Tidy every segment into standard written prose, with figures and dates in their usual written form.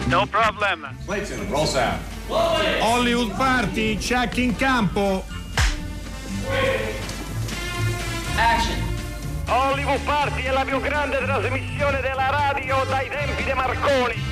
No problem. Clayton, roll sound. Hollywood Party, check in campo. Action. Hollywood Party è la più grande trasmissione della radio dai tempi di Marconi.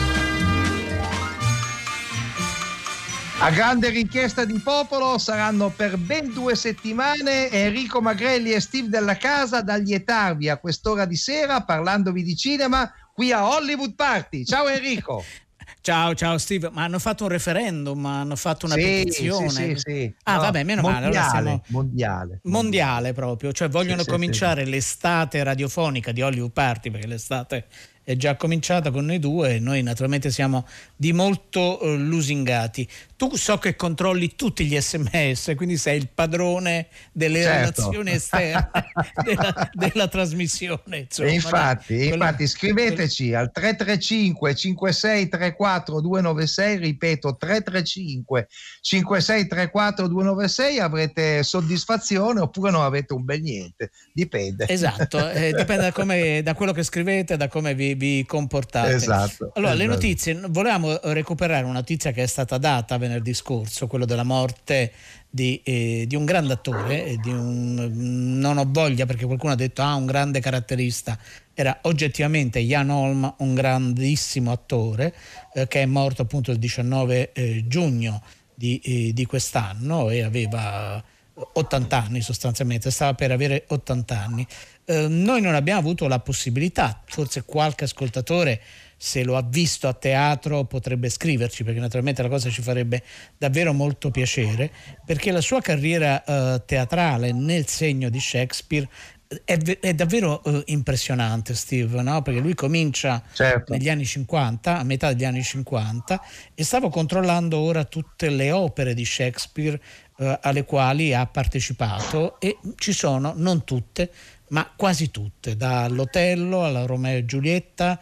A grande richiesta di popolo saranno per ben 2 settimane Enrico Magrelli e Steve Della Casa da lietarvi a quest'ora di sera parlandovi di cinema qui a Hollywood Party. Ciao Enrico. Ciao Steve, ma hanno fatto un referendum, hanno fatto una petizione. Sì. Ah, no, vabbè, meno male. Allora siamo mondiale proprio, cioè vogliono cominciare l'estate radiofonica di Hollywood Party, perché l'estate è già cominciata con noi due e noi naturalmente siamo di molto lusingati. Tu so che controlli tutti gli SMS, quindi sei il padrone delle relazioni esterne della trasmissione. Insomma, infatti scriveteci al 335 5634 296, ripeto 335 5634 296, avrete soddisfazione oppure non avete un bel niente, dipende. Esatto, dipende da quello che scrivete, da come vi comportate. Esatto. Allora, le notizie, volevamo recuperare una notizia che è stata data venerdì scorso, quello della morte di un grande attore, non ho voglia perché qualcuno ha detto un grande caratterista. Era oggettivamente Jan Holm, un grandissimo attore che è morto appunto il 19 giugno di quest'anno e aveva 80 anni sostanzialmente, stava per avere 80 anni. Noi non abbiamo avuto la possibilità, forse qualche ascoltatore se lo ha visto a teatro potrebbe scriverci, perché naturalmente la cosa ci farebbe davvero molto piacere, perché la sua carriera teatrale nel segno di Shakespeare è davvero impressionante, Steve, no? Perché lui comincia negli anni 50, a metà degli anni 50, e stavo controllando ora tutte le opere di Shakespeare alle quali ha partecipato, e ci sono, non tutte, ma quasi tutte, dall'Otello alla Romeo e Giulietta,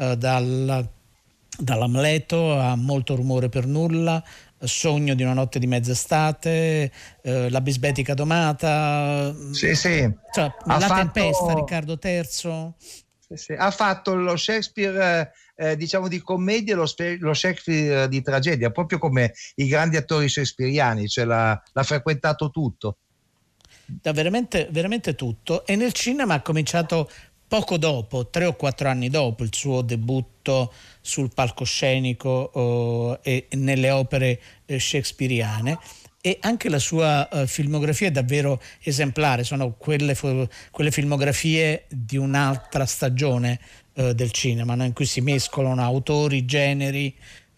dall'Amleto a Molto rumore per nulla, Sogno di una notte di mezz'estate, La bisbetica domata, cioè, La tempesta, Riccardo III. Ha fatto lo Shakespeare diciamo di commedia e lo Shakespeare di tragedia, proprio come i grandi attori shakespeariani, cioè l'ha frequentato tutto. Veramente, veramente tutto. E nel cinema ha cominciato poco dopo, 3 o 4 anni dopo il suo debutto sul palcoscenico e nelle opere shakespeariane, e anche la sua filmografia è davvero esemplare. Sono quelle filmografie di un'altra stagione del cinema, no? In cui si mescolano autori, generi,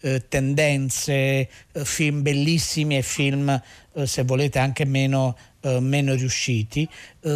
tendenze, film bellissimi e film se volete anche meno riusciti.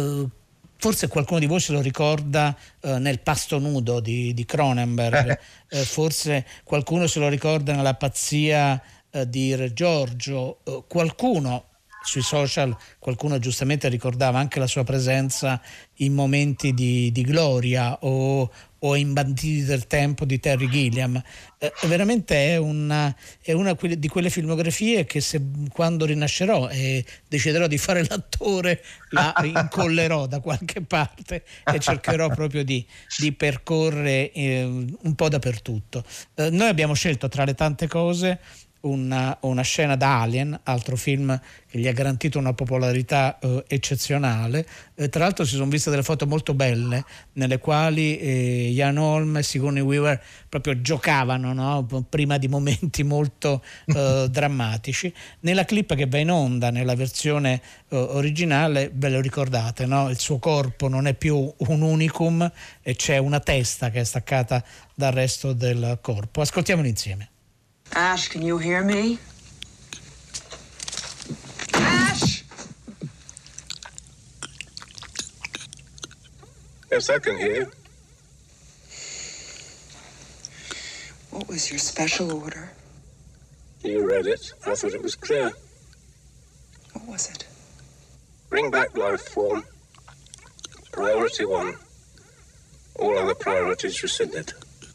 Forse qualcuno di voi se lo ricorda nel Pasto nudo di Cronenberg, forse qualcuno se lo ricorda nella Pazzia di Re Giorgio, qualcuno sui social, qualcuno giustamente ricordava anche la sua presenza in Momenti di gloria o in Banditi del tempo di Terry Gilliam. Veramente è una di quelle filmografie che quando rinascerò e deciderò di fare l'attore la incollerò da qualche parte e cercherò proprio di percorrere un po' dappertutto. Noi abbiamo scelto tra le tante cose una scena da Alien, altro film che gli ha garantito una popolarità eccezionale. Tra l'altro si sono viste delle foto molto belle nelle quali Jan Holm e Sigourney Weaver proprio giocavano, no? Prima di momenti molto drammatici. Nella clip che va in onda nella versione originale, ve lo ricordate, no? Il suo corpo non è più un unicum e c'è una testa che è staccata dal resto del corpo. Ascoltiamolo insieme. Ash, can you hear me? Ash! Yes, I can hear you. What was your special order? You read it. I thought it was clear. What was it? Bring back life form. Priority 1. All other priorities rescinded.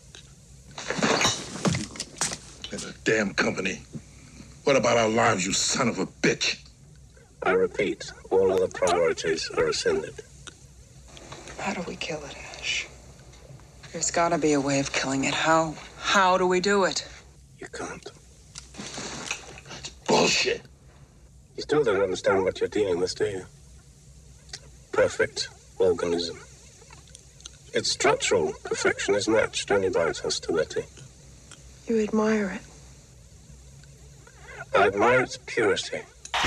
Damn company. What about our lives, you son of a bitch? I repeat, all other priorities are rescinded. How do we kill it, Ash? There's gotta be a way of killing it. How How do we do it? You can't. It's bullshit. You still don't understand what you're dealing with, do you? Perfect organism. Its structural perfection is matched only by its hostility. You admire it. I admire its purity.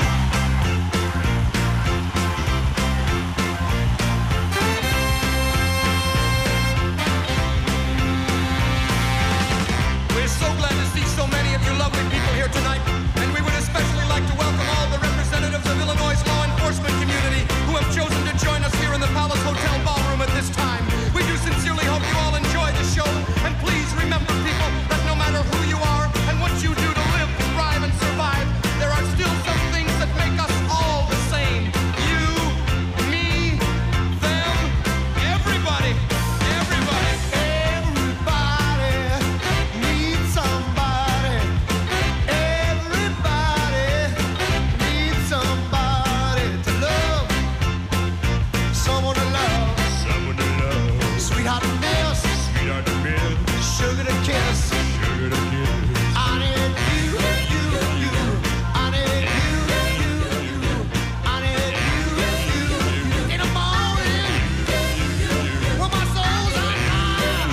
We're so glad to see so many of you lovely people here tonight, and we would especially like to welcome all the representatives of Illinois' law enforcement community who have chosen to join us here in the Palace Hotel Ballroom at this time. We do sincerely hope you all enjoy the show, and please remember, people, that no matter who you are and what you do to live, thrive, and survive, there are still some things that make us all the same. You, me, them, everybody. Everybody. Everybody needs somebody. Everybody needs somebody to love. Someone to love. Someone to love. Sweetheart to miss. Sweetheart to miss. Sugar to kiss. Sugar to kiss. I need you, you. I need you. I need you. In the morning, when my soul's on fire.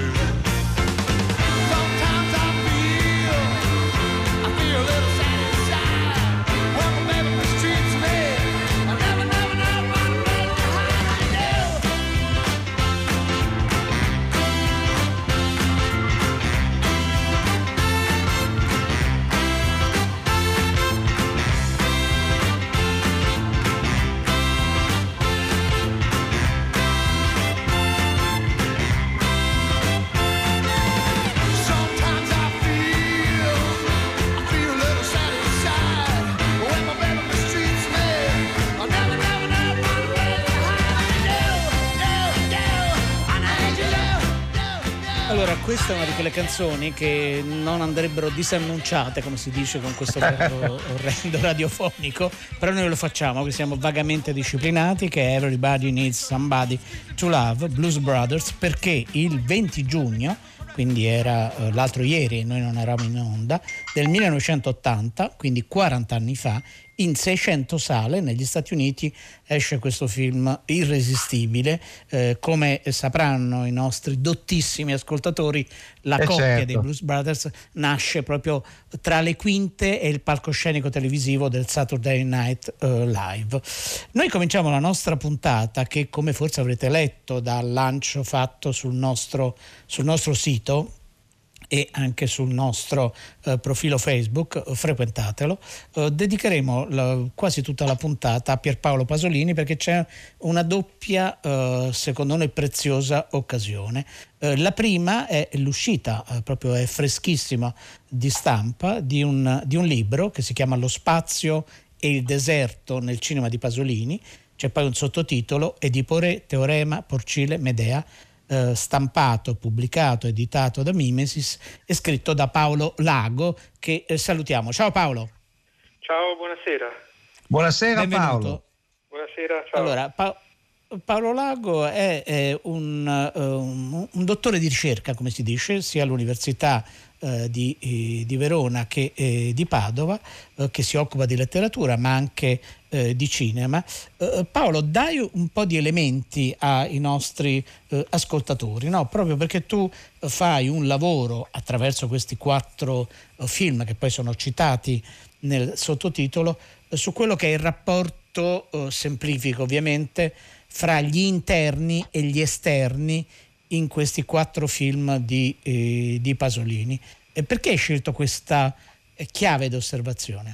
Sometimes I feel a little sad inside. When my baby mistreats me, I never run away behind you. Sometimes I feel a little sad inside. When my baby mistreats me, I'll never run away behind you. I need you. Allora, questa è una di quelle canzoni che non andrebbero disannunciate, come si dice con questo verbo orrendo radiofonico, però noi lo facciamo, che siamo vagamente disciplinati, che è Everybody Needs Somebody to Love, Blues Brothers, perché il 20 giugno, quindi era l'altro ieri, noi non eravamo in onda, del 1980, quindi 40 anni fa, in 600 sale negli Stati Uniti esce questo film irresistibile. Come sapranno i nostri dottissimi ascoltatori, la coppia certo. dei Blues Brothers nasce proprio tra le quinte e il palcoscenico televisivo del Saturday Night Live. Noi cominciamo la nostra puntata, che come forse avrete letto dal lancio fatto sul nostro sito e anche sul nostro profilo Facebook, frequentatelo. Dedicheremo quasi tutta la puntata a Pierpaolo Pasolini, perché c'è una doppia, secondo noi preziosa occasione. La prima è l'uscita, proprio è freschissima, di stampa, di un libro che si chiama Lo spazio e il deserto nel cinema di Pasolini. C'è poi un sottotitolo: Edipore, Teorema, Porcile, Medea, stampato, pubblicato, editato da Mimesis e scritto da Paolo Lago, che salutiamo. Ciao Paolo. Ciao, buonasera. Buonasera Benvenuto. Paolo. Buonasera, ciao. Allora, Paolo Lago è un dottore di ricerca, come si dice, sia all'Università di Verona che di Padova, che si occupa di letteratura ma anche di cinema. Paolo, dai un po' di elementi ai nostri ascoltatori, no? Proprio perché tu fai un lavoro attraverso questi 4 film che poi sono citati nel sottotitolo su quello che è il rapporto, semplifico ovviamente, fra gli interni e gli esterni in questi 4 film di Pasolini. E perché hai scelto questa chiave di osservazione?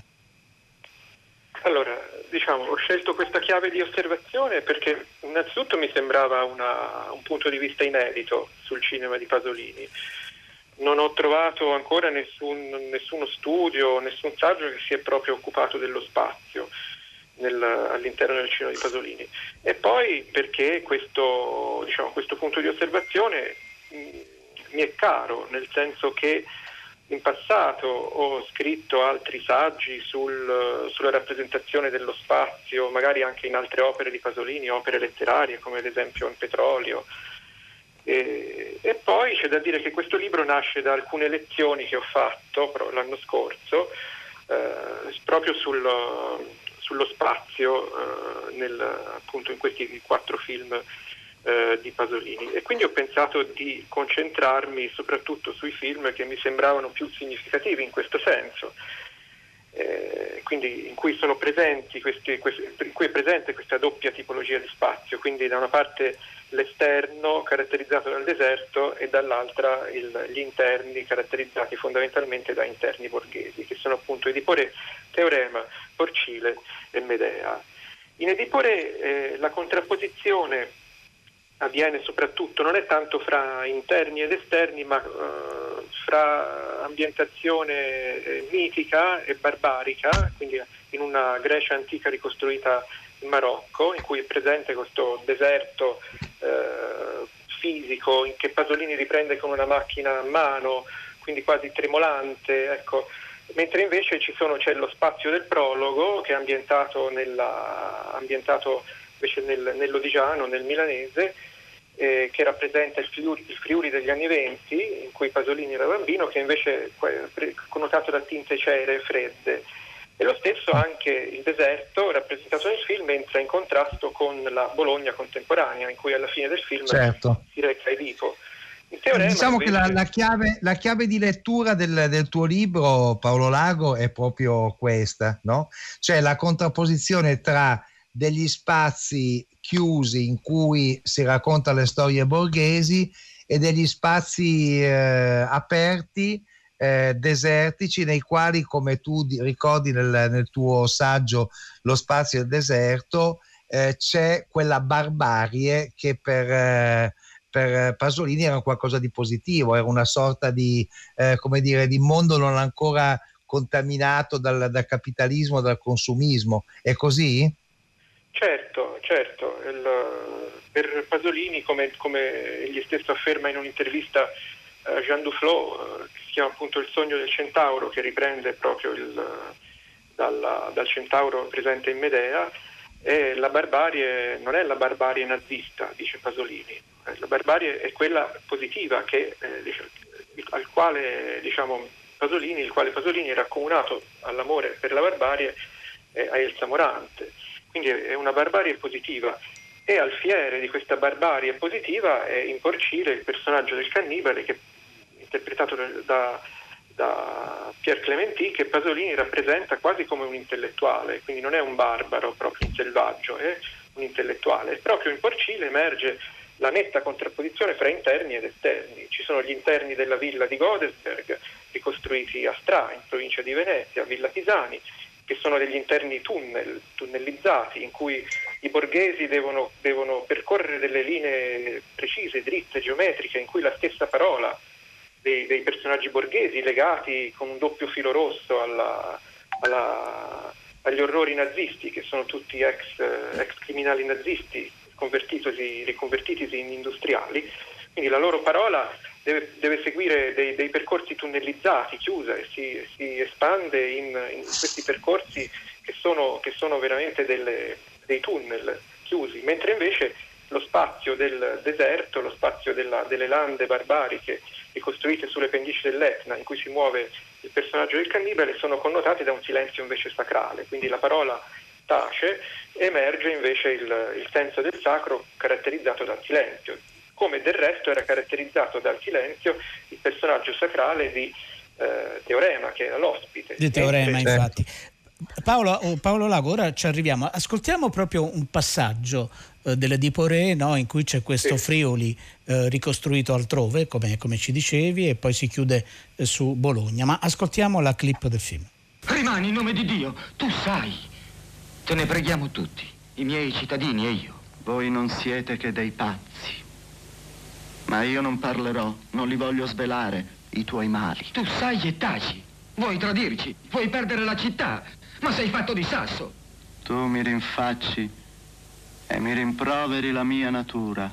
Allora, ho scelto questa chiave di osservazione perché innanzitutto mi sembrava un punto di vista inedito sul cinema di Pasolini. Non ho trovato ancora nessuno studio, nessun saggio che si è proprio occupato dello spazio all'interno del cinema di Pasolini. E poi perché questo punto di osservazione mi è caro, nel senso che in passato ho scritto altri saggi sulla rappresentazione dello spazio, magari anche in altre opere di Pasolini, opere letterarie come ad esempio Il Petrolio, E poi c'è da dire che questo libro nasce da alcune lezioni che ho fatto l'anno scorso proprio sullo spazio appunto in questi 4 film di Pasolini, e quindi ho pensato di concentrarmi soprattutto sui film che mi sembravano più significativi in questo senso, quindi in cui sono presenti in cui è presente questa doppia tipologia di spazio, quindi da una parte l'esterno caratterizzato dal deserto e dall'altra gli interni caratterizzati fondamentalmente da interni borghesi, che sono appunto Edipo Re, Teorema, Porcile e Medea. In Edipo Re la contrapposizione avviene soprattutto, non è tanto fra interni ed esterni, ma fra ambientazione mitica e barbarica, quindi in una Grecia antica ricostruita in Marocco, in cui è presente questo deserto fisico che Pasolini riprende con una macchina a mano, quindi quasi tremolante, ecco. Mentre invece c'è lo spazio del prologo, che è ambientato invece nell'Odigiano, nel milanese, che rappresenta il Friuli degli anni '20, in cui Pasolini era bambino, che invece è connotato da tinte ceree, fredde. E lo stesso anche il deserto, rappresentato nel film, entra in contrasto con la Bologna contemporanea, in cui alla fine del film si reca Edipo. Diciamo invece che la chiave di lettura del tuo libro, Paolo Lago, è proprio questa, no? Cioè la contrapposizione tra degli spazi chiusi in cui si racconta le storie borghesi e degli spazi aperti, desertici, nei quali, come tu ricordi nel tuo saggio Lo spazio e il deserto, c'è quella barbarie che per Pasolini era qualcosa di positivo, era una sorta di di mondo non ancora contaminato dal capitalismo, dal consumismo. È così? Certo. Per Pasolini, come egli stesso afferma in un'intervista a Jean Duflo, che si chiama appunto Il sogno del centauro, che riprende proprio dal centauro presente in Medea, e la barbarie non è la barbarie nazista, dice Pasolini. La barbarie è quella positiva il quale Pasolini era accomunato all'amore per la barbarie a Elsa Morante. Quindi è una barbarie positiva, e al fiere di questa barbarie positiva è in Porcile il personaggio del cannibale, che è interpretato da Pierre Clementi, che Pasolini rappresenta quasi come un intellettuale, quindi non è un barbaro proprio un selvaggio, è un intellettuale. E proprio in Porcile emerge la netta contrapposizione fra interni ed esterni. Ci sono gli interni della villa di Godesberg, ricostruiti a Stra, in provincia di Venezia, a Villa Pisani, che sono degli interni tunnelizzati, in cui i borghesi devono percorrere delle linee precise, dritte, geometriche, in cui la stessa parola dei personaggi borghesi, legati con un doppio filo rosso agli orrori nazisti, che sono tutti ex criminali nazisti riconvertitisi in industriali, quindi la loro parola deve seguire dei percorsi tunnelizzati, chiusa, e si espande in questi percorsi che sono veramente dei tunnel chiusi, mentre invece lo spazio del deserto, lo spazio delle lande barbariche ricostruite sulle pendici dell'Etna, in cui si muove il personaggio del cannibale, sono connotati da un silenzio invece sacrale, quindi la parola tace, emerge invece il senso del sacro caratterizzato dal silenzio, come del resto era caratterizzato dal silenzio il personaggio sacrale di Teorema, che era l'ospite. Di Teorema, infatti. Paolo Lago, ora ci arriviamo. Ascoltiamo proprio un passaggio dell'Edipo Re, no? In cui c'è questo Friuli ricostruito altrove, come ci dicevi, e poi si chiude su Bologna. Ma ascoltiamo la clip del film. Rimani in nome di Dio, tu sai. Te ne preghiamo tutti, i miei cittadini e io. Voi non siete che dei pazzi. Ma io non parlerò, non li voglio svelare, i tuoi mali. Tu sai e taci. Vuoi tradirci, vuoi perdere la città, ma sei fatto di sasso. Tu mi rinfacci e mi rimproveri la mia natura.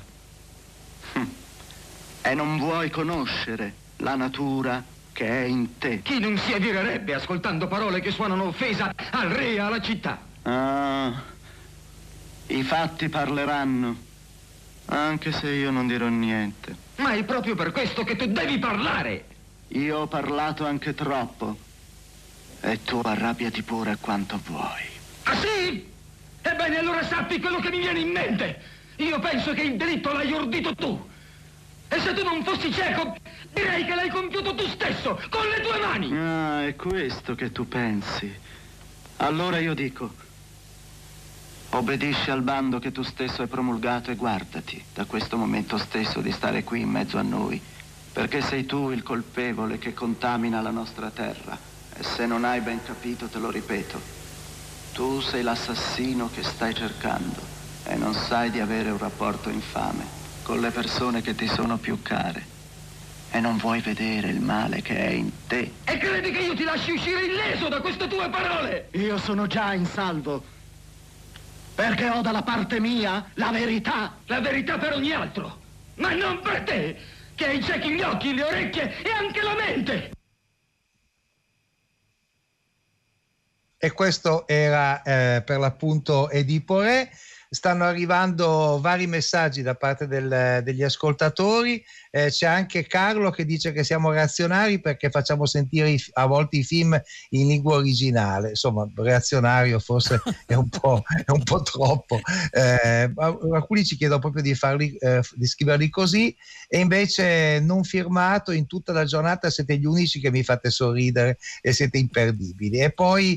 E non vuoi conoscere la natura che è in te. Chi non si avirerebbe ascoltando parole che suonano offesa al re e alla città? Ah, i fatti parleranno. Anche se io non dirò niente. Ma è proprio per questo che tu devi parlare! Io ho parlato anche troppo. E tu arrabbiati pure quanto vuoi. Ah sì? Ebbene, allora sappi quello che mi viene in mente. Io penso che il delitto l'hai ordito tu. E se tu non fossi cieco, direi che l'hai compiuto tu stesso, con le tue mani. Ah, è questo che tu pensi. Allora io dico, obbedisci al bando che tu stesso hai promulgato e guardati da questo momento stesso di stare qui in mezzo a noi, perché sei tu il colpevole che contamina la nostra terra. E se non hai ben capito, te lo ripeto, tu sei l'assassino che stai cercando e non sai di avere un rapporto infame con le persone che ti sono più care. E non vuoi vedere il male che è in te. E credi che io ti lasci uscire illeso da queste tue parole? Io sono già in salvo, perché ho dalla parte mia la verità. La verità per ogni altro, ma non per te, che hai ciechi gli occhi, le orecchie e anche la mente. E questo era per l'appunto Edipo Re. Stanno arrivando vari messaggi da parte degli ascoltatori. C'è anche Carlo che dice che siamo reazionari perché facciamo sentire a volte i film in lingua originale. Insomma, reazionario forse è un po' troppo. Alcuni ci chiedono proprio di scriverli così, e invece non firmato in tutta la giornata siete gli unici che mi fate sorridere e siete imperdibili. E poi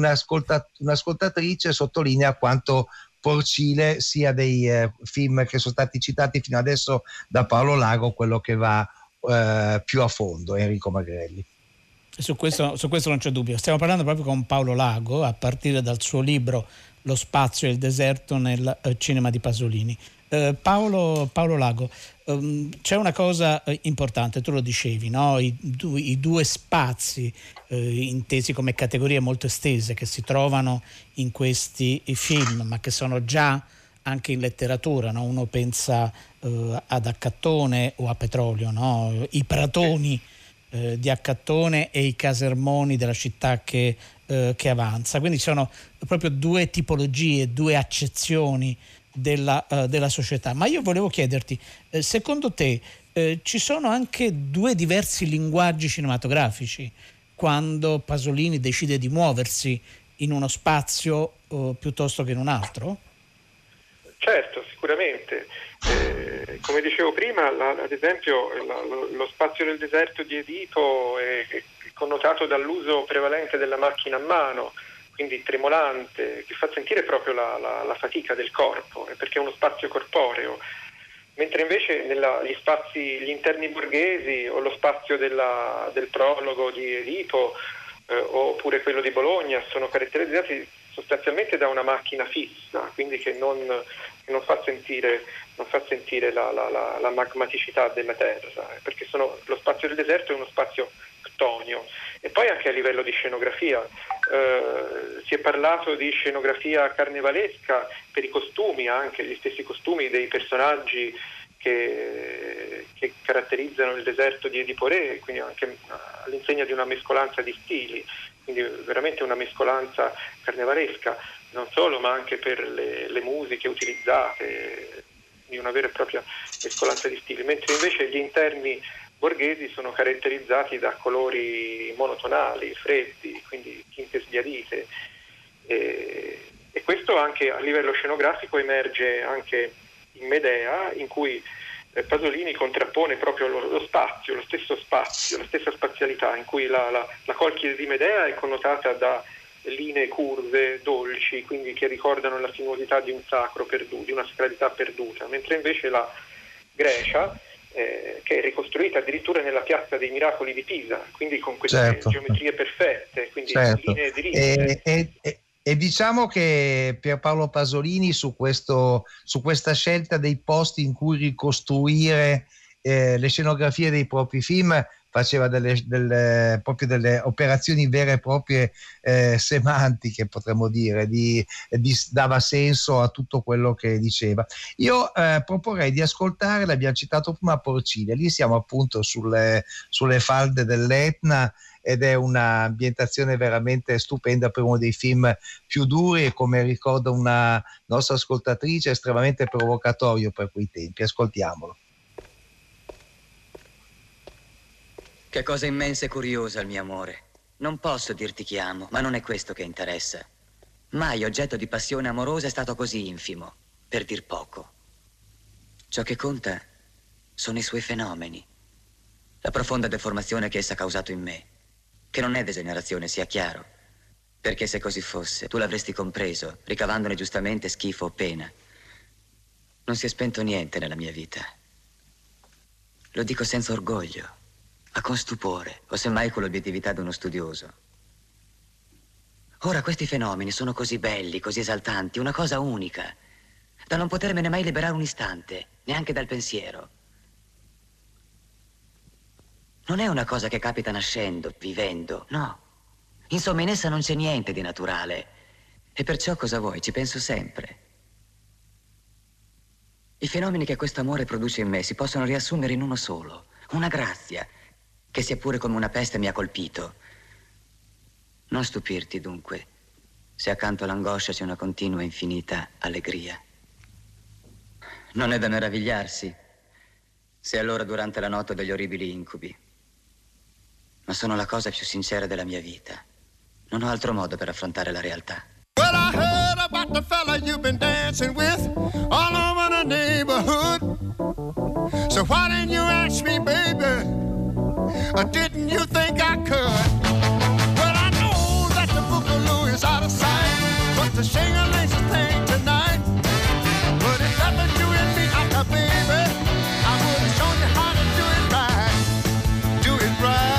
un'ascoltatrice sottolinea quanto porcile sia dei film che sono stati citati fino adesso da Paolo Lago quello che va più a fondo, Enrico Magrelli. Su questo non c'è dubbio. Stiamo parlando proprio con Paolo Lago a partire dal suo libro Lo spazio e il deserto nel cinema di Pasolini. Paolo Lago, c'è una cosa importante, tu lo dicevi, no? I due spazi intesi come categorie molto estese che si trovano in questi film, ma che sono già anche in letteratura, no? Uno pensa ad Accattone o a Petrolio, no? I pratoni di Accattone e i casermoni della città che avanza. Quindi sono proprio due tipologie, due accezioni della società. Ma io volevo chiederti, secondo te ci sono anche due diversi linguaggi cinematografici quando Pasolini decide di muoversi in uno spazio piuttosto che in un altro? Certo, sicuramente. Come dicevo prima, ad esempio lo spazio del deserto di Edipo è connotato dall'uso prevalente della macchina a mano, quindi tremolante, che fa sentire proprio la fatica del corpo, perché è uno spazio corporeo, mentre invece gli interni borghesi o lo spazio del prologo di Edipo oppure quello di Bologna sono caratterizzati sostanzialmente da una macchina fissa, quindi che non fa sentire la magmaticità della terra, perché lo spazio del deserto è uno spazio ctonio. E poi anche a livello di scenografia si è parlato di scenografia carnevalesca per i costumi, anche gli stessi costumi dei personaggi che caratterizzano il deserto di Edipo Re, quindi anche all'insegna di una mescolanza di stili, quindi veramente una mescolanza carnevalesca, non solo ma anche per le musiche utilizzate, di una vera e propria mescolanza di stili, mentre invece gli interni borghesi sono caratterizzati da colori monotonali, freddi, quindi tinte sbiadite, e questo anche a livello scenografico emerge anche in Medea, in cui Pasolini contrappone proprio lo spazio, lo stesso spazio, la stessa spazialità, in cui la Colchide di Medea è connotata da linee curve, dolci, quindi che ricordano la sinuosità di un sacro perduto, di una sacralità perduta, mentre invece la Grecia che è ricostruita addirittura nella Piazza dei Miracoli di Pisa, quindi con queste geometrie perfette, quindi linee dritte. E diciamo che Pierpaolo Pasolini su questa scelta dei posti in cui ricostruire le scenografie dei propri film faceva proprio delle operazioni vere e proprie semantiche, potremmo dire, dava senso a tutto quello che diceva. Io proporrei di ascoltare, l'abbiamo citato prima, Porcine. Lì siamo appunto sulle falde dell'Etna, ed è un'ambientazione veramente stupenda per uno dei film più duri e, come ricorda una nostra ascoltatrice, estremamente provocatorio per quei tempi. Ascoltiamolo. Che cosa immensa e curiosa il mio amore. Non posso dirti chi amo, ma non è questo che interessa. Mai oggetto di passione amorosa è stato così infimo, per dir poco. Ciò che conta sono i suoi fenomeni, la profonda deformazione che essa ha causato in me, che non è degenerazione, sia chiaro, perché se così fosse tu l'avresti compreso, ricavandone giustamente schifo o pena. Non si è spento niente nella mia vita. Lo dico senza orgoglio, ma con stupore, o semmai con l'obiettività di uno studioso. Ora questi fenomeni sono così belli, così esaltanti, una cosa unica, da non potermene mai liberare un istante, neanche dal pensiero. Non è una cosa che capita nascendo, vivendo, no. Insomma, in essa non c'è niente di naturale. E perciò cosa vuoi? Ci penso sempre. I fenomeni che questo amore produce in me si possono riassumere in uno solo. Una grazia, che sia pure come una peste mi ha colpito. Non stupirti, dunque, se accanto all'angoscia c'è una continua e infinita allegria. Non è da meravigliarsi se allora durante la notte ho degli orribili incubi. Ma sono la cosa più sincera della mia vita. Non ho altro modo per affrontare la realtà. Well, I heard about the fella you've been dancing with all over the neighborhood. So why didn't you ask me, baby? Or didn't you think I could? Well, I know that the boogaloo is out of sight, but the shing-a-ling's a thing tonight. But if that was you and me, baby, I would have shown you how to do it right. Do it right.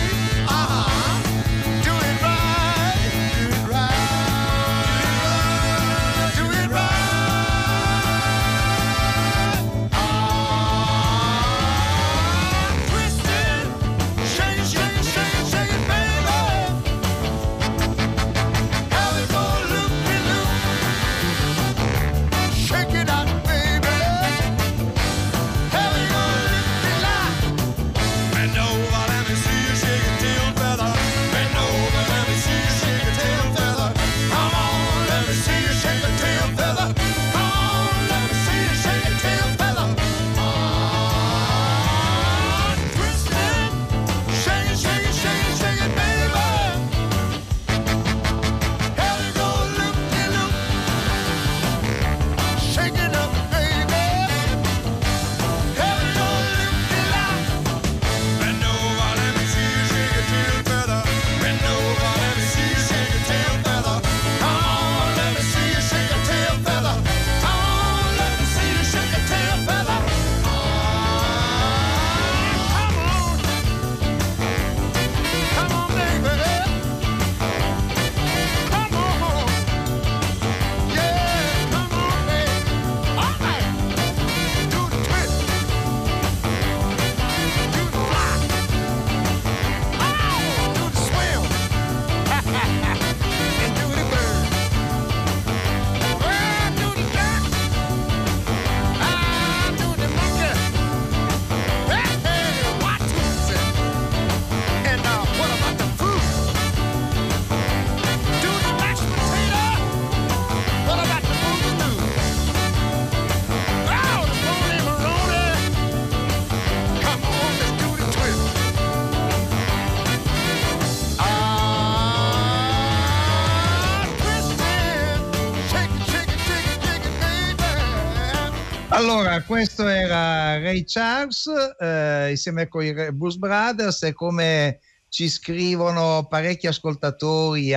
Allora, questo era Ray Charles insieme con i Blues Brothers, e come ci scrivono parecchi ascoltatori,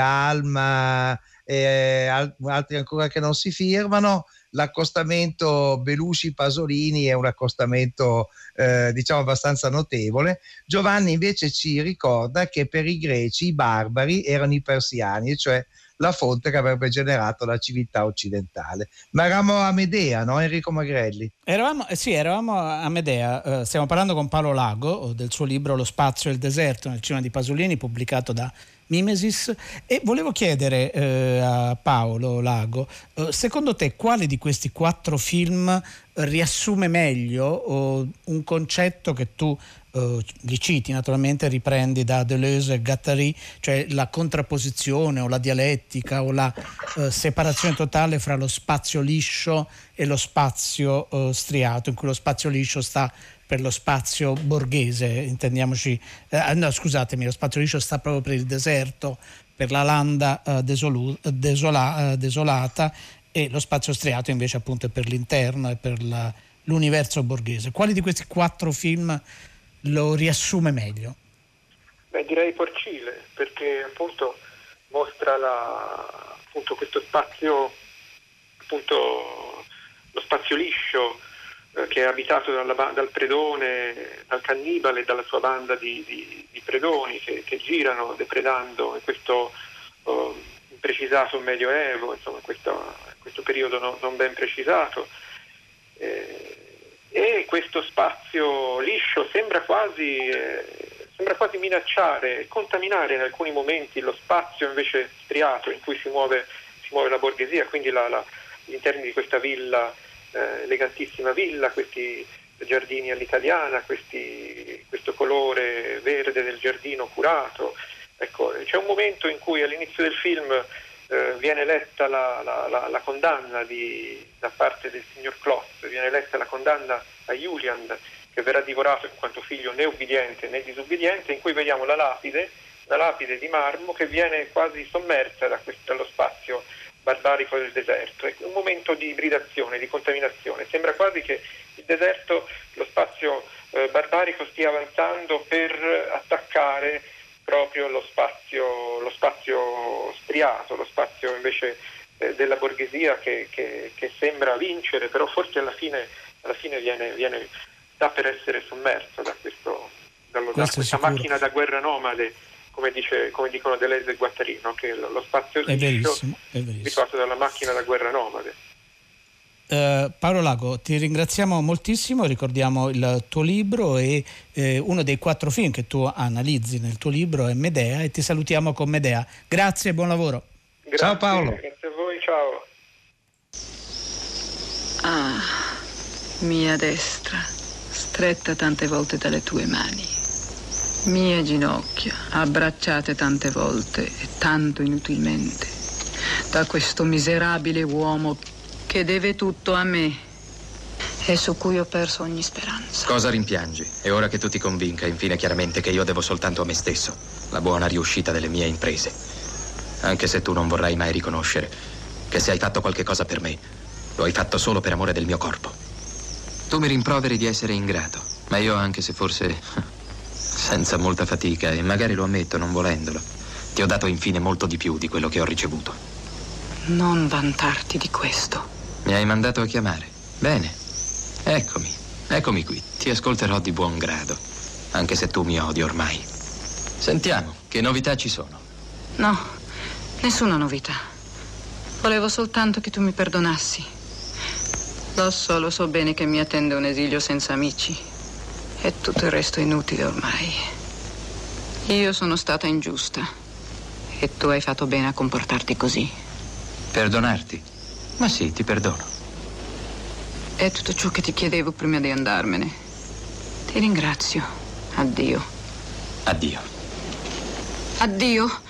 Alma e altri ancora che non si firmano, l'accostamento Belushi-Pasolini è un accostamento diciamo abbastanza notevole. Giovanni invece ci ricorda che per i greci i barbari erano i persiani, cioè la fonte che avrebbe generato la civiltà occidentale. Ma eravamo a Medea, no, Enrico Magrelli? Eravamo a Medea. Stiamo parlando con Paolo Lago del suo libro Lo spazio e il deserto nel cinema di Pasolini, pubblicato da Mimesis, e volevo chiedere a Paolo Lago, secondo te quale di questi 4 film riassume meglio un concetto che tu li citi, naturalmente riprendi da Deleuze e Guattari, cioè la contrapposizione o la dialettica o la separazione totale fra lo spazio liscio e lo spazio striato, in cui lo spazio liscio sta per lo spazio borghese, intendiamoci, lo spazio liscio sta proprio per il deserto, per la landa desolata, e lo spazio striato invece appunto è per l'interno e per l'universo borghese. Quali di questi 4 film lo riassume meglio? Direi Porcile, perché appunto mostra appunto questo spazio, appunto lo spazio liscio, che è abitato dal predone, dal cannibale e dalla sua banda di predoni che girano depredando in questo imprecisato medioevo, insomma questo periodo non ben precisato, e questo spazio liscio sembra quasi minacciare, contaminare in alcuni momenti lo spazio invece striato in cui si muove la borghesia, quindi gli interni di questa villa, elegantissima villa, questi giardini all'italiana, questo colore verde del giardino curato. Ecco, c'è un momento in cui all'inizio del film viene letta la condanna da parte del signor Kloss, viene letta la condanna a Julian, che verrà divorato in quanto figlio né ubbidiente né disubbidiente, in cui vediamo la lapide di marmo che viene quasi sommersa dallo spazio barbarico del deserto. È un momento di ibridazione, di contaminazione. Sembra quasi che il deserto, lo spazio barbarico stia avanzando per attaccare proprio lo spazio striato, lo spazio invece della borghesia che sembra vincere, però forse alla fine sta per essere sommerso da questa macchina da guerra nomade, come dicono Deleuze e Guattari, no? Che lo spazio liscio è fatto dalla macchina da guerra nomade. Paolo Lago, ti ringraziamo moltissimo, ricordiamo il tuo libro e uno dei 4 film che tu analizzi nel tuo libro è Medea, e ti salutiamo con Medea. Grazie e buon lavoro. Grazie, ciao Paolo. Grazie a voi, ciao. Ah, mia destra, stretta tante volte dalle tue mani. Mie ginocchia, abbracciate tante volte e tanto inutilmente da questo miserabile uomo che deve tutto a me e su cui ho perso ogni speranza. Cosa rimpiangi? È ora che tu ti convinca infine chiaramente che io devo soltanto a me stesso la buona riuscita delle mie imprese. Anche se tu non vorrai mai riconoscere che se hai fatto qualche cosa per me, lo hai fatto solo per amore del mio corpo. Tu mi rimproveri di essere ingrato, ma io, anche se forse senza molta fatica, e magari lo ammetto non volendolo, ti ho dato infine molto di più di quello che ho ricevuto. Non vantarti di questo. Mi hai mandato a chiamare. Bene, eccomi qui. Ti ascolterò di buon grado, anche se tu mi odi ormai. Sentiamo, che novità ci sono? No, nessuna novità. Volevo soltanto che tu mi perdonassi. Lo so bene che mi attende un esilio senza amici e tutto il resto è inutile ormai. Io sono stata ingiusta e tu hai fatto bene a comportarti così. Perdonarti? Ma sì, ti perdono. È tutto ciò che ti chiedevo prima di andarmene. Ti ringrazio. Addio. Addio. Addio.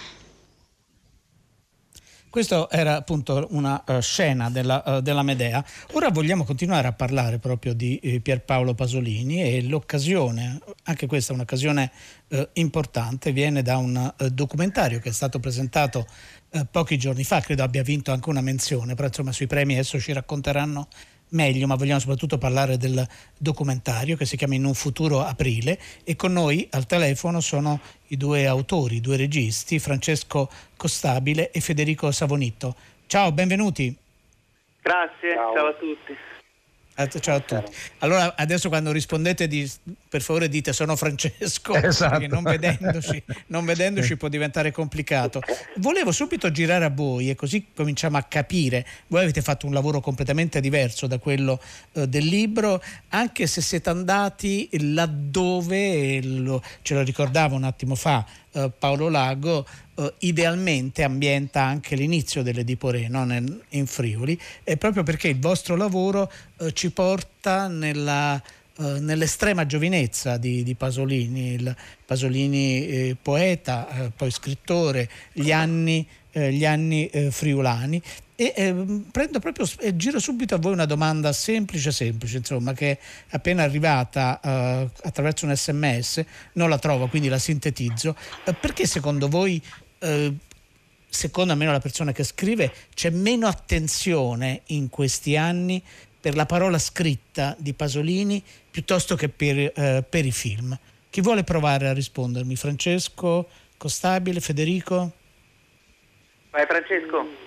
Questo era appunto una scena della Medea. Ora vogliamo continuare a parlare proprio di Pierpaolo Pasolini, e l'occasione, anche questa è un'occasione importante, viene da un documentario che è stato presentato pochi giorni fa, credo abbia vinto anche una menzione, però insomma sui premi adesso ci racconteranno meglio, ma vogliamo soprattutto parlare del documentario che si chiama In un futuro aprile, e con noi al telefono sono i 2 autori, i 2 registi, Francesco Costabile e Federico Savonitto. Ciao, benvenuti. Grazie, ciao a tutti. Ciao a tutti. Allora adesso quando rispondete per favore dite sono Francesco, esatto. Perché non vedendoci può diventare complicato. Volevo subito girare a voi e così cominciamo a capire. Voi avete fatto un lavoro completamente diverso da quello del libro, anche se siete andati laddove, ce lo ricordava un attimo fa Paolo Lago, idealmente ambienta anche l'inizio dell'Edipo Re, no? In Friuli, e proprio perché il vostro lavoro ci porta nell'estrema giovinezza di Pasolini, Pasolini poeta, poi scrittore, gli anni friulani. E giro subito a voi una domanda semplice, insomma, che è appena arrivata attraverso un SMS, non la trovo, quindi la sintetizzo. Perché secondo voi, secondo almeno la persona che scrive, c'è meno attenzione in questi anni per la parola scritta di Pasolini piuttosto che per i film? Chi vuole provare a rispondermi? Francesco, Costabile, Federico? Vai Francesco.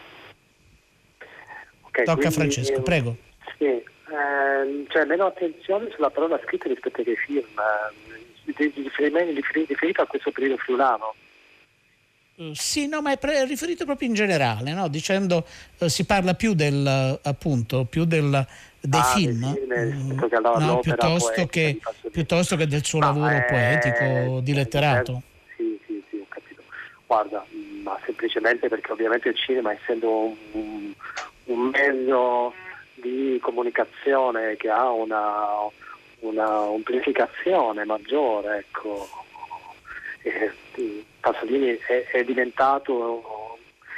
Okay, tocca a Francesco, prego. Sì, c'è meno attenzione sulla parola scritta rispetto ai film, riferito a questo periodo friulano. Sì, no, ma è riferito proprio in generale, no? Dicendo si parla più dei film, piuttosto che del suo lavoro poetico, di letterato. Sì, ho capito. Guarda, ma semplicemente perché ovviamente il cinema, essendo un mezzo di comunicazione che ha una amplificazione maggiore, ecco, Pasolini è diventato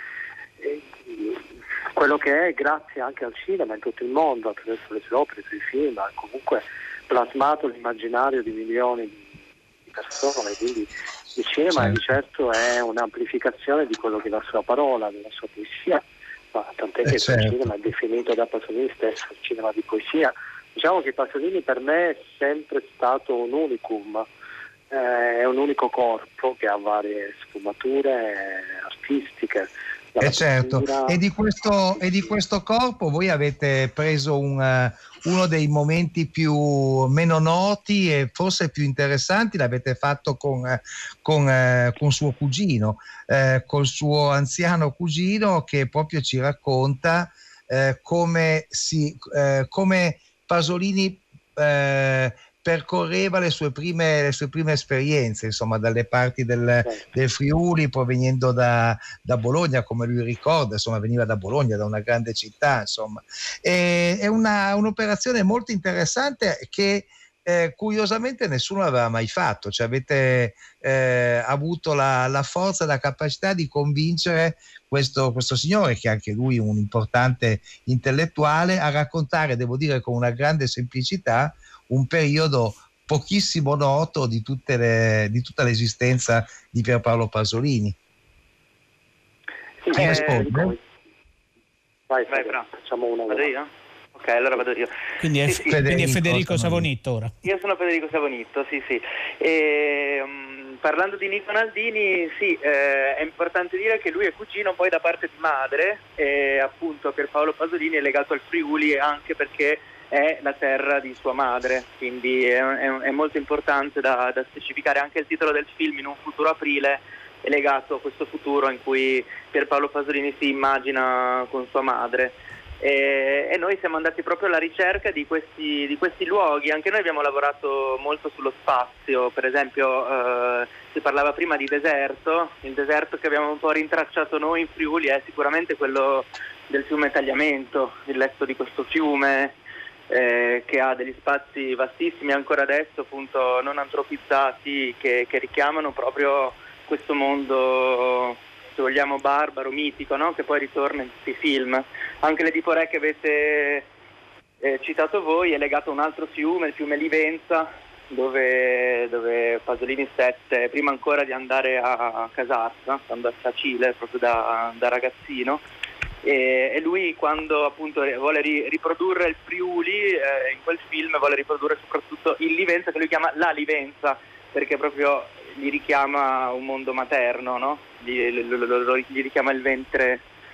quello che è grazie anche al cinema in tutto il mondo, attraverso le sue opere, i suoi film, ha comunque plasmato l'immaginario di milioni di persone, quindi il cinema di certo è un'amplificazione di quello che è la sua parola, della sua poesia, tant'è che il cinema è definito da Pasolini stesso il cinema di poesia. Diciamo che Pasolini per me è sempre stato un unicum, è un unico corpo che ha varie sfumature artistiche. Certo, e di questo corpo voi avete preso uno dei momenti meno noti e forse più interessanti, l'avete fatto con suo cugino, col suo anziano cugino, che proprio ci racconta come Pasolini percorreva le sue prime esperienze, insomma, dalle parti del Friuli, provenendo da Bologna, come lui ricorda, insomma, veniva da Bologna, da una grande città, insomma. È un'operazione molto interessante che curiosamente nessuno aveva mai fatto, cioè avete avuto la forza e la capacità di convincere questo signore, che anche lui è un importante intellettuale, a raccontare, devo dire con una grande semplicità, un periodo pochissimo noto di tutta l'esistenza di Pierpaolo Pasolini. Chi risponde? Vai, facciamo una. Vado io? Ok, allora vado io. Quindi è Federico Savonitto ora. Io sono Federico Savonitto, sì. Parlando di Nico Naldini, sì, è importante dire che lui è cugino poi da parte di madre, e appunto Pierpaolo Pasolini è legato al Friuli anche perché è la terra di sua madre, quindi è molto importante da specificare. Anche il titolo del film, In un futuro aprile, è legato a questo futuro in cui Pierpaolo Pasolini si immagina con sua madre, e noi siamo andati proprio alla ricerca di questi luoghi. Anche noi abbiamo lavorato molto sullo spazio, per esempio si parlava prima di deserto. Il deserto che abbiamo un po' rintracciato noi in Friuli è sicuramente quello del fiume Tagliamento, il letto di questo fiume, che ha degli spazi vastissimi ancora adesso, appunto non antropizzati, che richiamano proprio questo mondo, se vogliamo, barbaro, mitico, no? Che poi ritorna in questi film. Anche l'Edipo Re che avete citato voi è legato a un altro fiume, il fiume Livenza, dove Pasolini stette prima ancora di andare a casarsi, quando a Sacile, proprio da ragazzino. E lui, quando appunto vuole riprodurre il Friuli, in quel film vuole riprodurre soprattutto il Livenza, che lui chiama la Livenza, perché proprio gli richiama un mondo materno, no? Gli richiama il ventre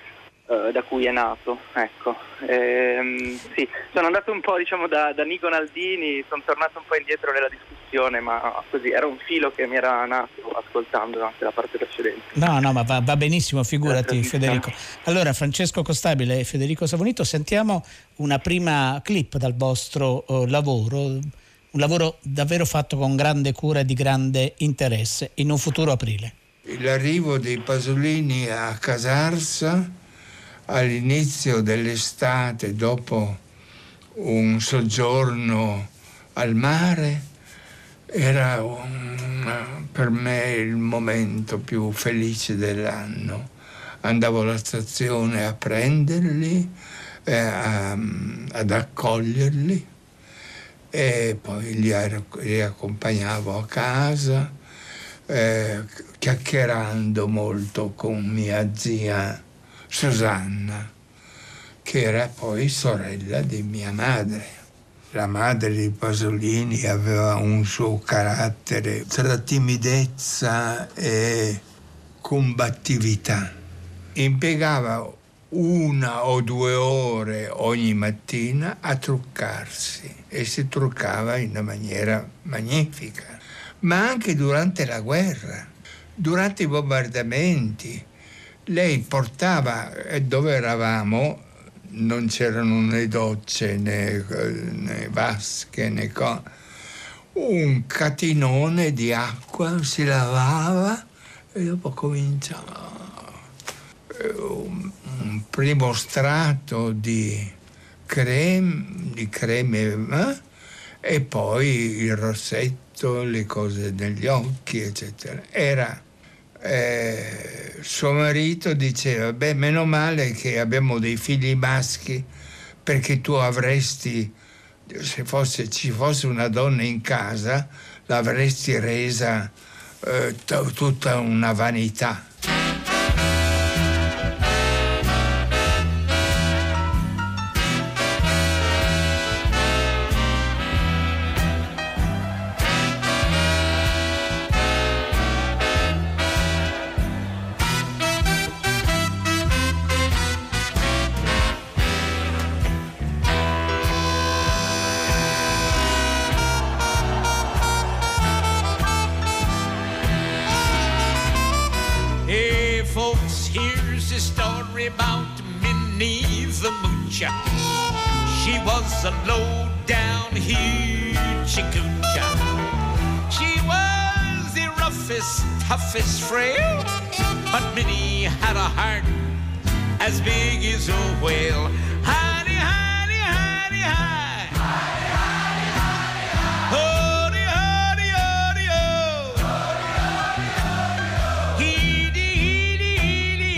da cui è nato, ecco. Sì, sono andato un po', diciamo, da Nico Naldini, sono tornato un po' indietro nella discussione, ma così era un filo che mi era nato ascoltando anche la parte precedente. No, ma va benissimo, figurati Federico. Allora, Francesco Costabile e Federico Savonito, sentiamo una prima clip dal vostro lavoro, un lavoro davvero fatto con grande cura e di grande interesse, In un futuro aprile. L'arrivo dei Pasolini a Casarsa all'inizio dell'estate, dopo un soggiorno al mare, era per me il momento più felice dell'anno. Andavo alla stazione a prenderli, ad accoglierli, e poi li accompagnavo a casa, chiacchierando molto con mia zia Susanna, che era poi sorella di mia madre. La madre di Pasolini aveva un suo carattere tra timidezza e combattività. Impiegava 1 o 2 ore ogni mattina a truccarsi, e si truccava in una maniera magnifica, ma anche durante la guerra, durante i bombardamenti. Lei portava, dove eravamo non c'erano né docce né vasche né un catinone di acqua, si lavava e dopo cominciava un primo strato di creme, e poi il rossetto, le cose negli occhi, eccetera. Suo marito diceva: beh, meno male che abbiamo dei figli maschi, perché tu avresti, se ci fosse una donna in casa, l'avresti resa tutta una vanità. She was a low-down hoochie-coocher. She was the roughest, toughest frail, but Minnie had a heart as big as a whale. Honey, honey, honey, hi. Honey, honey, honey, hi. Honey, honey, honey, oh. Honey, honey, honey, oh. Heedy, heedy, heedy,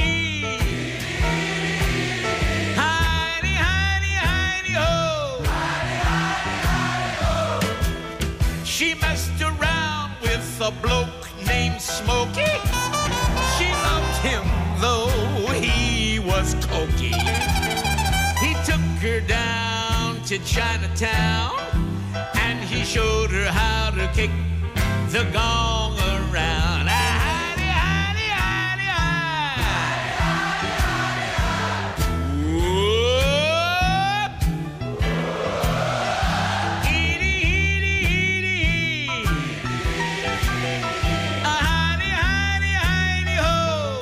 heedy. Honey, honey, honey, oh. Honey, honey, honey, oh. She messed around with a bloke named Smokey. She loved him though he was cokey. He took her down to Chinatown and he showed her how to kick the gong around. Honey, honey, honey, honey. Whoop. Edie, Edie, Edie. Honey, honey, honey, ho.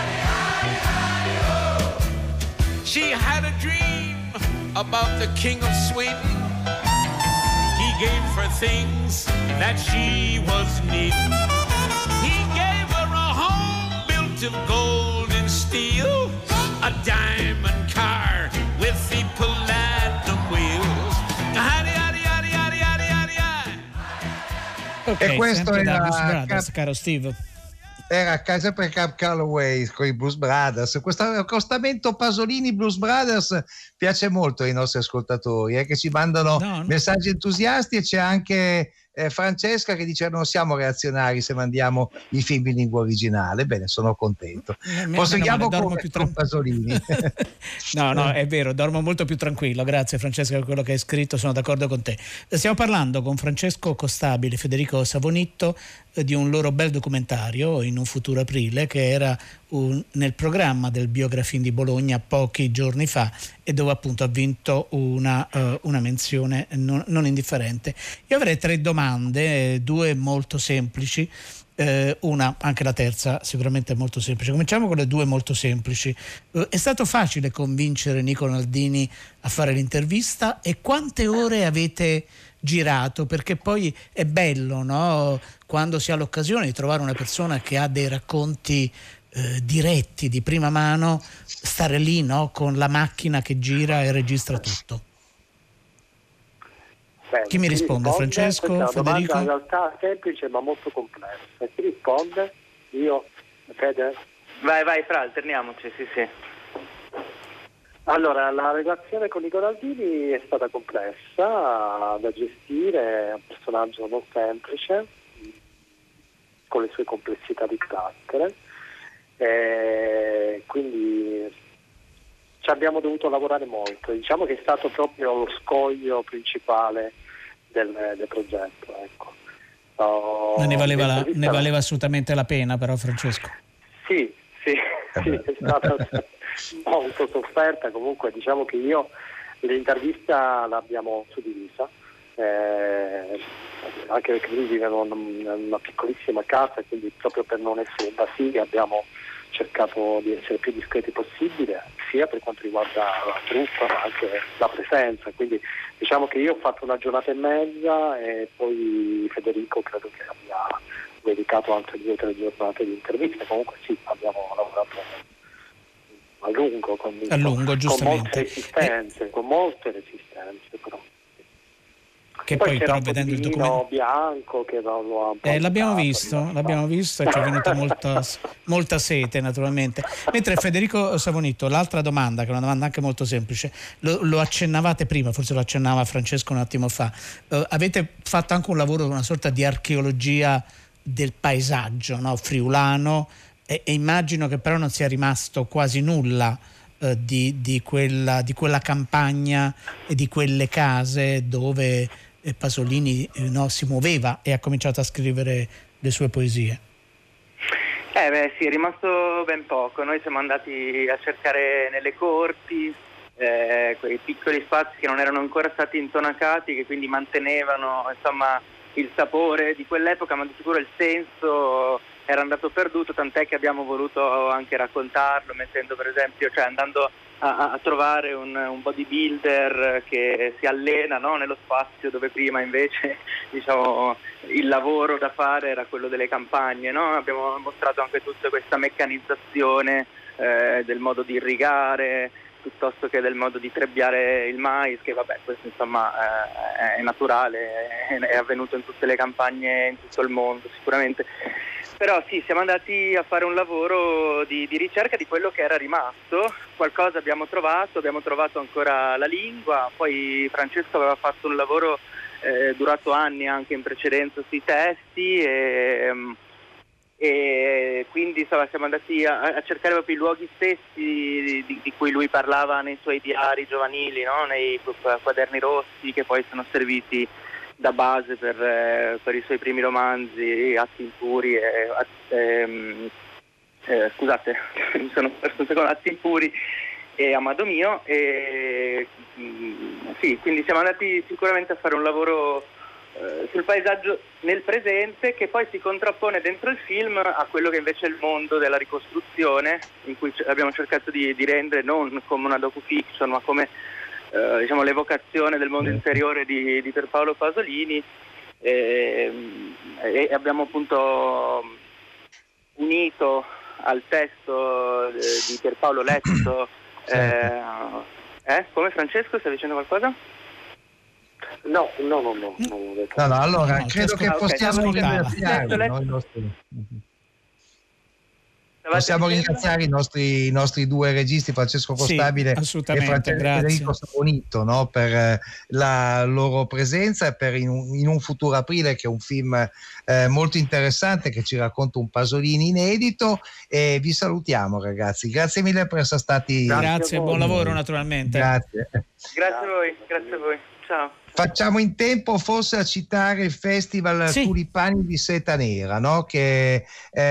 She had a dream about the King of Sweden. He gave her things that she was needing. He gave her a home built of gold and steel, a diamond car with the platinum wheels. Honey, honey, honey, honey, honey, honey, honey. Ok, E questo sempre era da Blues Brothers, caro Steve. Era sempre Cab Calloway con i Blues Brothers. Questo accostamento Pasolini Blues Brothers piace molto ai nostri ascoltatori, che ci mandano messaggi entusiasti, e c'è anche Francesca che dice: non siamo reazionari se mandiamo i film in lingua originale. Bene, sono contento. Proseguiamo con Pasolini. No, è vero, dormo molto più tranquillo. Grazie Francesca per quello che hai scritto, sono d'accordo con te. Stiamo parlando con Francesco Costabile e Federico Savonito di un loro bel documentario, In un futuro aprile, che era nel programma del Biografin di Bologna pochi giorni fa, e dove appunto ha vinto una menzione non indifferente. Io avrei 3 domande, 2 molto semplici, una, anche la terza sicuramente molto semplice. Cominciamo con le 2 molto semplici. È stato facile convincere Nico Naldini a fare l'intervista, e quante ore avete girato? Perché poi è bello, no? Quando si ha l'occasione di trovare una persona che ha dei racconti diretti, di prima mano, stare lì, no? Con la macchina che gira e registra tutto. Bene, chi mi risponde? Francesco? Questa è una Federico? domanda in realtà semplice ma molto complessa. Chi risponde? Io? Fede? Vai, Fra, alterniamoci, sì. Allora, la relazione con Nico Naldini è stata complessa da gestire, è un personaggio non semplice, con le sue complessità di carattere, quindi ci abbiamo dovuto lavorare molto. Diciamo che è stato proprio lo scoglio principale del progetto. Ecco. Ma ne valeva assolutamente la pena, però, Francesco? Sì, è stata molto sofferta. Comunque diciamo che l'intervista l'abbiamo suddivisa, anche perché lui vive in una piccolissima casa, quindi proprio per non essere invasivi abbiamo cercato di essere più discreti possibile, sia per quanto riguarda la truppa ma anche la presenza. Quindi diciamo che io ho fatto 1 giornata e mezza, e poi Federico credo che abbia dedicato altre 2 o 3 giornate di interviste. Comunque sì, abbiamo lavorato a lungo, giustamente, con molte resistenze però. Che poi però vedendo il documento bianco che l'abbiamo visto e ci è venuta molta sete, naturalmente. Mentre Federico Savonito, l'altra domanda, che è una domanda anche molto semplice, lo accennavate prima, forse lo accennava Francesco un attimo fa, avete fatto anche un lavoro, una sorta di archeologia del paesaggio, no? Friulano, e immagino che però non sia rimasto quasi nulla di quella campagna e di quelle case dove Pasolini si muoveva e ha cominciato a scrivere le sue poesie. Sì, è rimasto ben poco. Noi siamo andati a cercare nelle corti quei piccoli spazi che non erano ancora stati intonacati, che quindi mantenevano insomma il sapore di quell'epoca, ma di sicuro il senso era andato perduto, tant'è che abbiamo voluto anche raccontarlo, mettendo per esempio, andando a trovare un bodybuilder che si allena, no, nello spazio dove prima invece il lavoro da fare era quello delle campagne, no? Abbiamo mostrato anche tutta questa meccanizzazione del modo di irrigare, piuttosto che del modo di trebbiare il mais, che vabbè, questo insomma è naturale, è avvenuto in tutte le campagne in tutto il mondo sicuramente. Però sì, siamo andati a fare un lavoro di ricerca di quello che era rimasto. Qualcosa abbiamo trovato ancora la lingua, poi Francesco aveva fatto un lavoro durato anni anche in precedenza sui testi, e quindi siamo andati a cercare proprio i luoghi stessi di cui lui parlava nei suoi diari giovanili, no? Nei quaderni rossi che poi sono serviti da base per i suoi primi romanzi, Atti impuri scusate, mi sono perso un secondo, Atti impuri e Amado mio, sì, quindi siamo andati sicuramente a fare un lavoro sul paesaggio nel presente, che poi si contrappone dentro il film a quello che invece è il mondo della ricostruzione, in cui abbiamo cercato di rendere non come una docufiction ma come l'evocazione del mondo interiore di Pierpaolo Pasolini, e abbiamo appunto unito al testo di Pierpaolo letto come Francesco, stai dicendo qualcosa? No, allora credo che possiamo ringraziare i nostri 2 registi, Francesco Costabile e Federico Savonito, no? Per la loro presenza e per in un futuro aprile, che è un film molto interessante che ci racconta un Pasolini inedito. E vi salutiamo, ragazzi, grazie mille per essere stati. Grazie, buon lavoro naturalmente. Grazie a voi, ciao. Facciamo in tempo forse a citare il Festival Tulipani di Seta Nera, no? Che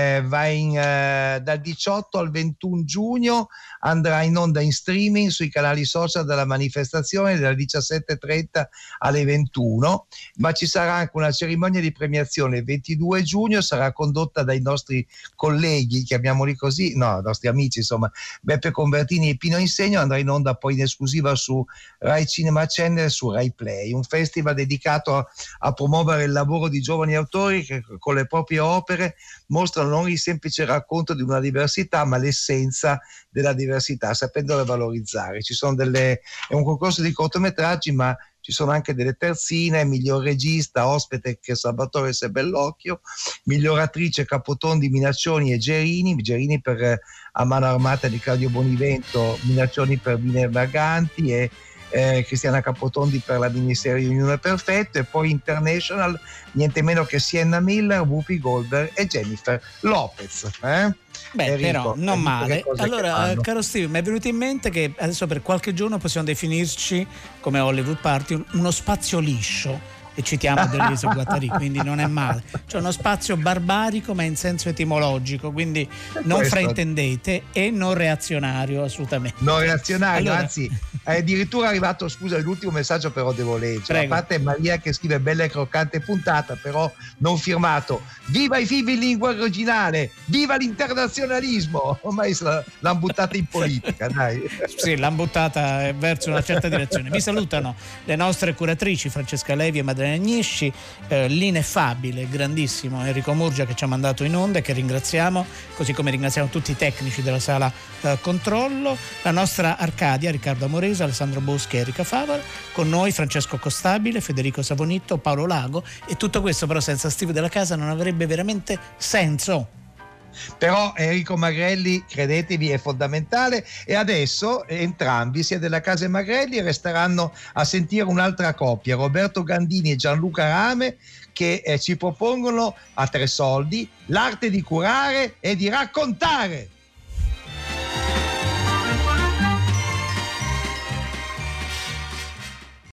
va dal 18 al 21 giugno, andrà in onda in streaming sui canali social della manifestazione dalle 17:30 alle 21, ma ci sarà anche una cerimonia di premiazione il 22 giugno, sarà condotta dai nostri colleghi, chiamiamoli così, no, nostri amici, insomma, Beppe Convertini e Pino Insegno, andrà in onda poi in esclusiva su Rai Cinema Channel e su Rai Play, un festival dedicato a promuovere il lavoro di giovani autori che con le proprie opere mostrano non il semplice racconto di una diversità, ma l'essenza della diversità, sapendola valorizzare. È un concorso di cortometraggi, ma ci sono anche delle terzine, miglior regista, ospite che Salvatore Sebellocchio, miglior attrice Capotondi, Minaccioni e Gerini per A mano armata di Claudio Bonivento, Minaccioni per Minerva Ganti e Cristiana Capotondi per la miniserie Ognuno è perfetto, e poi International niente meno che Sienna Miller, Whoopi Goldberg e Jennifer Lopez. Beh, Enrico, però non male. Allora, caro Steve, mi è venuto in mente che adesso per qualche giorno possiamo definirci come Hollywood Party uno spazio liscio, e citiamo Deleuze e Guattari, quindi non è male, cioè uno spazio barbarico ma in senso etimologico, quindi non fraintendete, e non reazionario, assolutamente non reazionario. Allora, anzi è addirittura arrivato, scusa, l'ultimo messaggio però devo leggere. A parte Maria che scrive bella e croccante puntata, però non firmato: viva i film in lingua originale, viva l'internazionalismo. Ormai l'hanno buttata in politica, dai. Sì, l'hanno buttata verso una certa direzione. Vi salutano le nostre curatrici Francesca Levi e Madalena Agnisci, l'ineffabile, grandissimo Enrico Murgia che ci ha mandato in onda e che ringraziamo, così come ringraziamo tutti i tecnici della sala controllo, la nostra Arcadia, Riccardo Amoresa, Alessandro Boschi e Erika Favar, con noi Francesco Costabile, Federico Savonitto, Paolo Lago, e tutto questo però senza Steve Della Casa non avrebbe veramente senso. Però Enrico Magrelli, credetevi, è fondamentale, e adesso entrambi, sia Della Casa e Magrelli, resteranno a sentire un'altra coppia, Roberto Gandini e Gianluca Rame, che ci propongono a 3 soldi l'arte di curare e di raccontare.